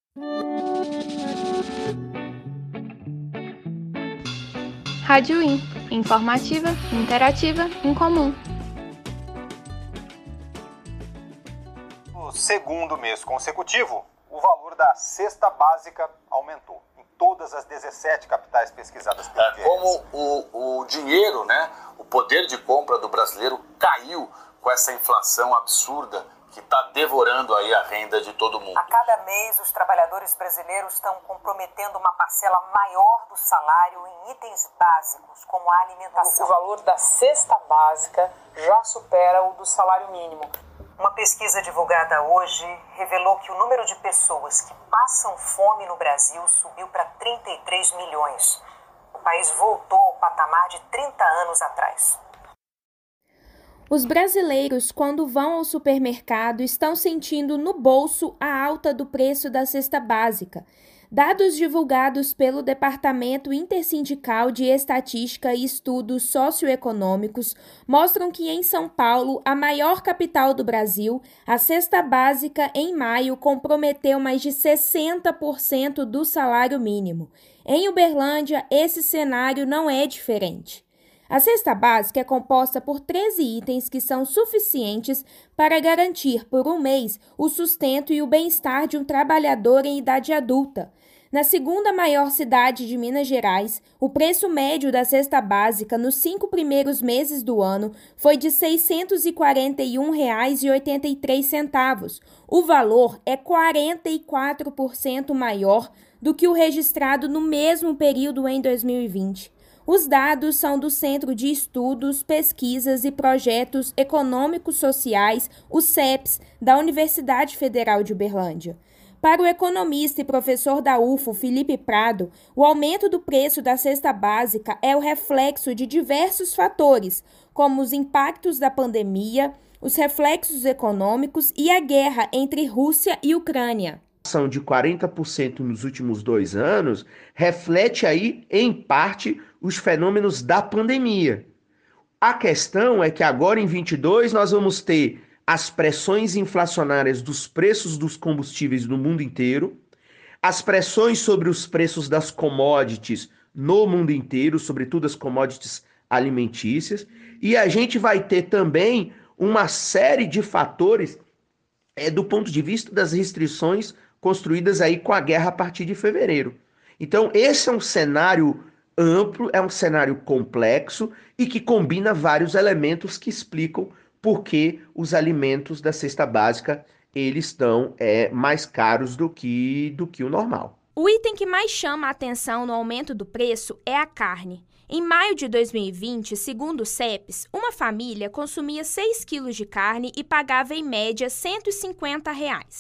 Rádio In, informativa, interativa, incomum. No segundo mês consecutivo, o valor da cesta básica aumentou em todas as 17 capitais pesquisadas pelo GES. Como o dinheiro, né, o poder de compra do brasileiro caiu com essa inflação absurda que está devorando aí a renda de todo mundo. A cada mês, os trabalhadores brasileiros estão comprometendo uma parcela maior do salário em itens básicos, como a alimentação. O valor da cesta básica já supera o do salário mínimo. Uma pesquisa divulgada hoje revelou que o número de pessoas que passam fome no Brasil subiu para 33 milhões. O país voltou ao patamar de 30 anos atrás. Os brasileiros, quando vão ao supermercado, estão sentindo no bolso a alta do preço da cesta básica. Dados divulgados pelo Departamento Intersindical de Estatística e Estudos Socioeconômicos mostram que em São Paulo, a maior capital do Brasil, a cesta básica em maio comprometeu mais de 60% do salário mínimo. Em Uberlândia, esse cenário não é diferente. A cesta básica é composta por 13 itens que são suficientes para garantir por um mês o sustento e o bem-estar de um trabalhador em idade adulta. Na segunda maior cidade de Minas Gerais, o preço médio da cesta básica nos 5 primeiros meses do ano foi de R$ 641,83. O valor é 44% maior do que o registrado no mesmo período em 2020. Os dados são do Centro de Estudos, Pesquisas e Projetos Econômicos Sociais, o CEPS, da Universidade Federal de Uberlândia. Para o economista e professor da UFO, Felipe Prado, o aumento do preço da cesta básica é o reflexo de diversos fatores, como os impactos da pandemia, os reflexos econômicos e a guerra entre Rússia e Ucrânia. De 40% nos últimos 2 anos, reflete aí, em parte, os fenômenos da pandemia. A questão é que agora, em 22, nós vamos ter as pressões inflacionárias dos preços dos combustíveis no mundo inteiro, as pressões sobre os preços das commodities no mundo inteiro, sobretudo as commodities alimentícias, e a gente vai ter também uma série de fatores do ponto de vista das restrições construídas aí com a guerra a partir de fevereiro. Então, esse é um cenário amplo, é um cenário complexo e que combina vários elementos que explicam por que os alimentos da cesta básica eles estão mais caros do que o normal. O item que mais chama a atenção no aumento do preço é a carne. Em maio de 2020, segundo o CEPS, uma família consumia 6 quilos de carne e pagava em média R$ 150.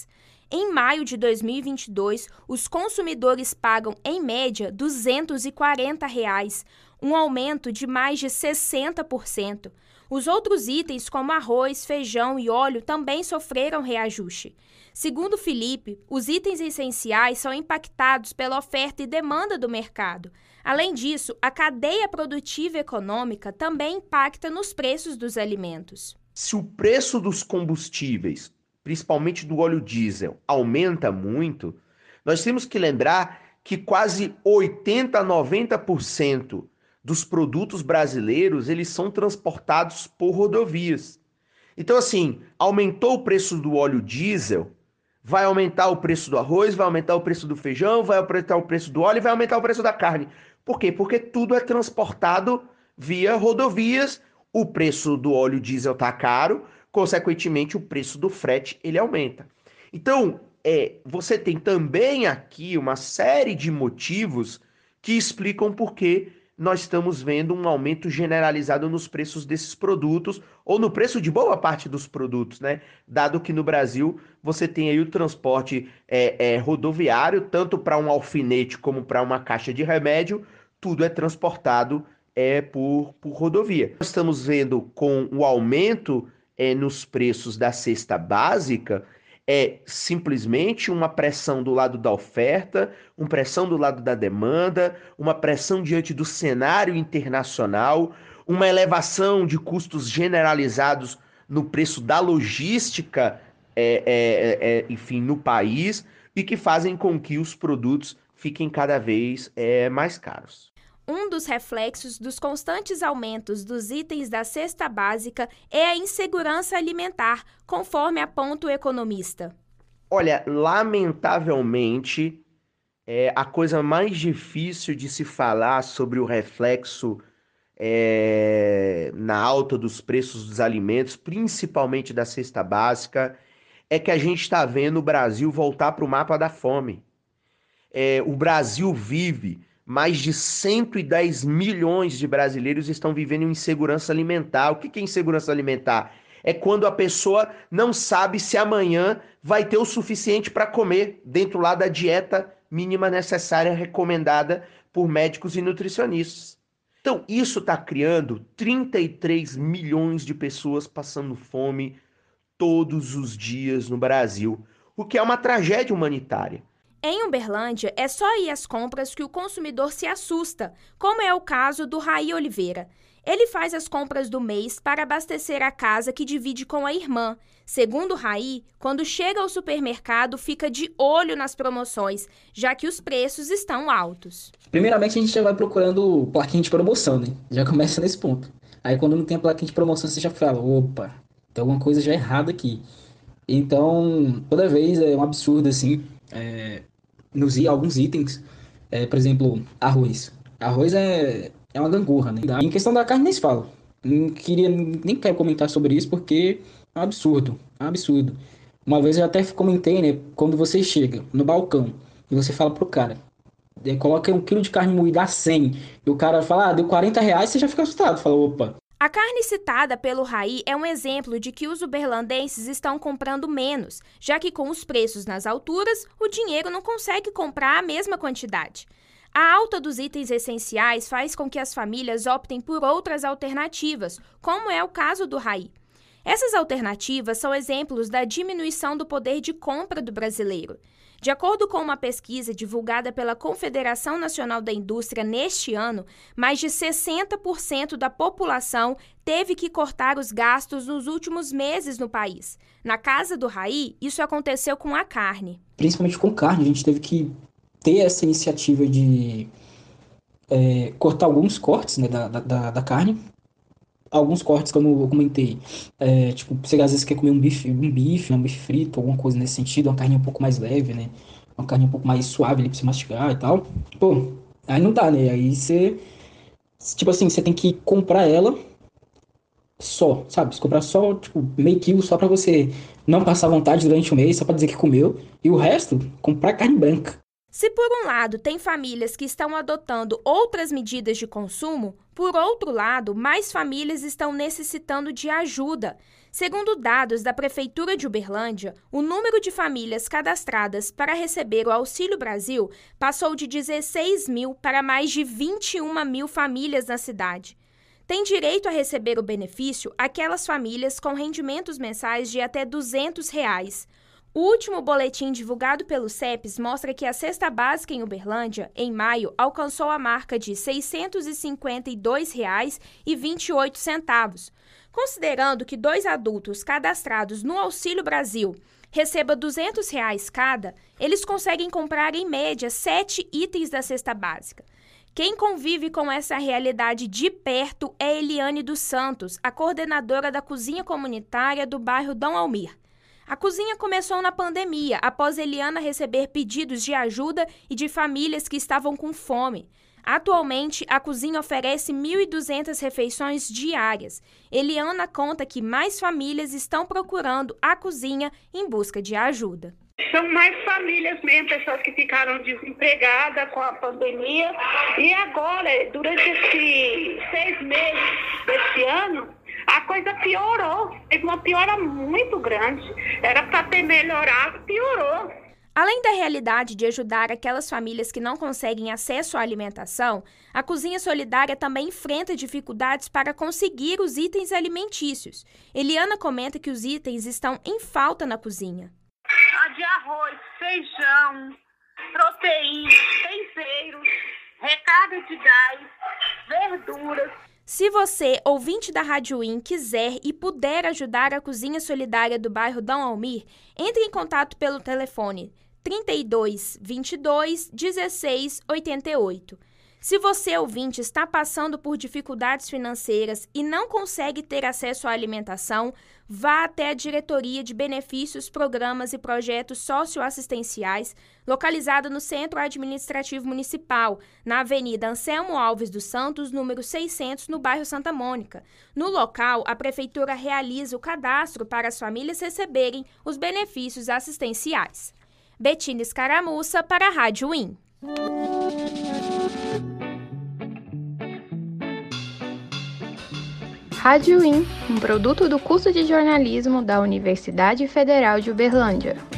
Em maio de 2022, os consumidores pagam, em média, R$ 240, um aumento de mais de 60%. Os outros itens, como arroz, feijão e óleo, também sofreram reajuste. Segundo Felipe, os itens essenciais são impactados pela oferta e demanda do mercado. Além disso, a cadeia produtiva econômica também impacta nos preços dos alimentos. Se o preço dos combustíveis, principalmente do óleo diesel, aumenta muito, nós temos que lembrar que quase 80% a 90% dos produtos brasileiros, eles são transportados por rodovias. Então, assim, aumentou o preço do óleo diesel, vai aumentar o preço do arroz, vai aumentar o preço do feijão, vai aumentar o preço do óleo e vai aumentar o preço da carne. Por quê? Porque tudo é transportado via rodovias, o preço do óleo diesel está caro, consequentemente o preço do frete ele aumenta. Então, você tem também aqui uma série de motivos que explicam por que nós estamos vendo um aumento generalizado nos preços desses produtos, ou no preço de boa parte dos produtos, né? Dado que no Brasil você tem aí o transporte rodoviário, tanto para um alfinete como para uma caixa de remédio, tudo é transportado por rodovia. Nós estamos vendo com o aumento nos preços da cesta básica, simplesmente uma pressão do lado da oferta, uma pressão do lado da demanda, uma pressão diante do cenário internacional, uma elevação de custos generalizados no preço da logística, enfim, no país, e que fazem com que os produtos fiquem cada vez mais caros. Um dos reflexos dos constantes aumentos dos itens da cesta básica é a insegurança alimentar, conforme aponta o economista. Olha, lamentavelmente, a coisa mais difícil de se falar sobre o reflexo na alta dos preços dos alimentos, principalmente da cesta básica, é que a gente está vendo o Brasil voltar para o mapa da fome. O Brasil vive, mais de 110 milhões de brasileiros estão vivendo em insegurança alimentar. O que é insegurança alimentar? É quando a pessoa não sabe se amanhã vai ter o suficiente para comer dentro lá da dieta mínima necessária recomendada por médicos e nutricionistas. Então, isso está criando 33 milhões de pessoas passando fome todos os dias no Brasil, o que é uma tragédia humanitária. Em Uberlândia, é só ir às compras que o consumidor se assusta, como é o caso do Raí Oliveira. Ele faz as compras do mês para abastecer a casa que divide com a irmã. Segundo o Raí, quando chega ao supermercado, fica de olho nas promoções, já que os preços estão altos. Primeiramente, a gente já vai procurando plaquinha de promoção, né? Já começa nesse ponto. Aí, quando não tem a plaquinha de promoção, você já fala, opa, tem alguma coisa já errada aqui. Então, toda vez é um absurdo, assim, alguns itens, por exemplo, arroz. Arroz é uma gangorra, né? Em questão da carne, nem se fala. Nem quero comentar sobre isso, porque é um absurdo, é um absurdo. Uma vez eu até comentei, né? Quando você chega no balcão e você fala pro cara, coloca 1 quilo de carne moída a 100, e o cara fala, deu R$40, você já fica assustado, fala, opa. A carne citada pelo Raí é um exemplo de que os uberlandenses estão comprando menos, já que com os preços nas alturas, o dinheiro não consegue comprar a mesma quantidade. A alta dos itens essenciais faz com que as famílias optem por outras alternativas, como é o caso do Raí. Essas alternativas são exemplos da diminuição do poder de compra do brasileiro. De acordo com uma pesquisa divulgada pela Confederação Nacional da Indústria neste ano, mais de 60% da população teve que cortar os gastos nos últimos meses no país. Na casa do Raí, isso aconteceu com a carne. Principalmente com carne, a gente teve que ter essa iniciativa de cortar alguns cortes, né, da carne. Alguns cortes, como eu comentei, tipo, você às vezes quer comer um bife frito, alguma coisa nesse sentido, uma carne um pouco mais leve, né? Uma carne um pouco mais suave ali pra você mastigar e tal. Pô, aí não dá, né? Aí você, tipo assim, você tem que comprar ela só, sabe? Você comprar só, tipo, meio quilo só pra você não passar vontade durante o mês, só pra dizer que comeu. E o resto, comprar carne branca. Se por um lado tem famílias que estão adotando outras medidas de consumo, por outro lado, mais famílias estão necessitando de ajuda. Segundo dados da Prefeitura de Uberlândia, o número de famílias cadastradas para receber o Auxílio Brasil passou de 16 mil para mais de 21 mil famílias na cidade. Tem direito a receber o benefício aquelas famílias com rendimentos mensais de até R$200. O último boletim divulgado pelo CEPES mostra que a cesta básica em Uberlândia, em maio, alcançou a marca de R$ 652,28. Considerando que 2 adultos cadastrados no Auxílio Brasil recebam R$200 cada, eles conseguem comprar, em média, 7 itens da cesta básica. Quem convive com essa realidade de perto é Eliane dos Santos, a coordenadora da cozinha comunitária do bairro Dom Almir. A cozinha começou na pandemia, após Eliana receber pedidos de ajuda e de famílias que estavam com fome. Atualmente, a cozinha oferece 1.200 refeições diárias. Eliana conta que mais famílias estão procurando a cozinha em busca de ajuda. São mais famílias mesmo, pessoas que ficaram desempregadas com a pandemia. E agora, durante esses 6 meses desse ano, a coisa piorou. Teve uma piora muito grande. Era para ter melhorado, piorou. Além da realidade de ajudar aquelas famílias que não conseguem acesso à alimentação, a Cozinha Solidária também enfrenta dificuldades para conseguir os itens alimentícios. Eliana comenta que os itens estão em falta na cozinha. De arroz, feijão, proteína, temperos, recarga de gás, verduras. Se você, ouvinte da Rádio In, quiser e puder ajudar a Cozinha Solidária do bairro Dom Almir, entre em contato pelo telefone 32 22 16 88. Se você, ouvinte, está passando por dificuldades financeiras e não consegue ter acesso à alimentação, vá até a Diretoria de Benefícios, Programas e Projetos Socioassistenciais, localizada no Centro Administrativo Municipal, na Avenida Anselmo Alves dos Santos, número 600, no bairro Santa Mônica. No local, a Prefeitura realiza o cadastro para as famílias receberem os benefícios assistenciais. Betina Escaramuça, para a Rádio IN. Rádio IN, um produto do curso de jornalismo da Universidade Federal de Uberlândia.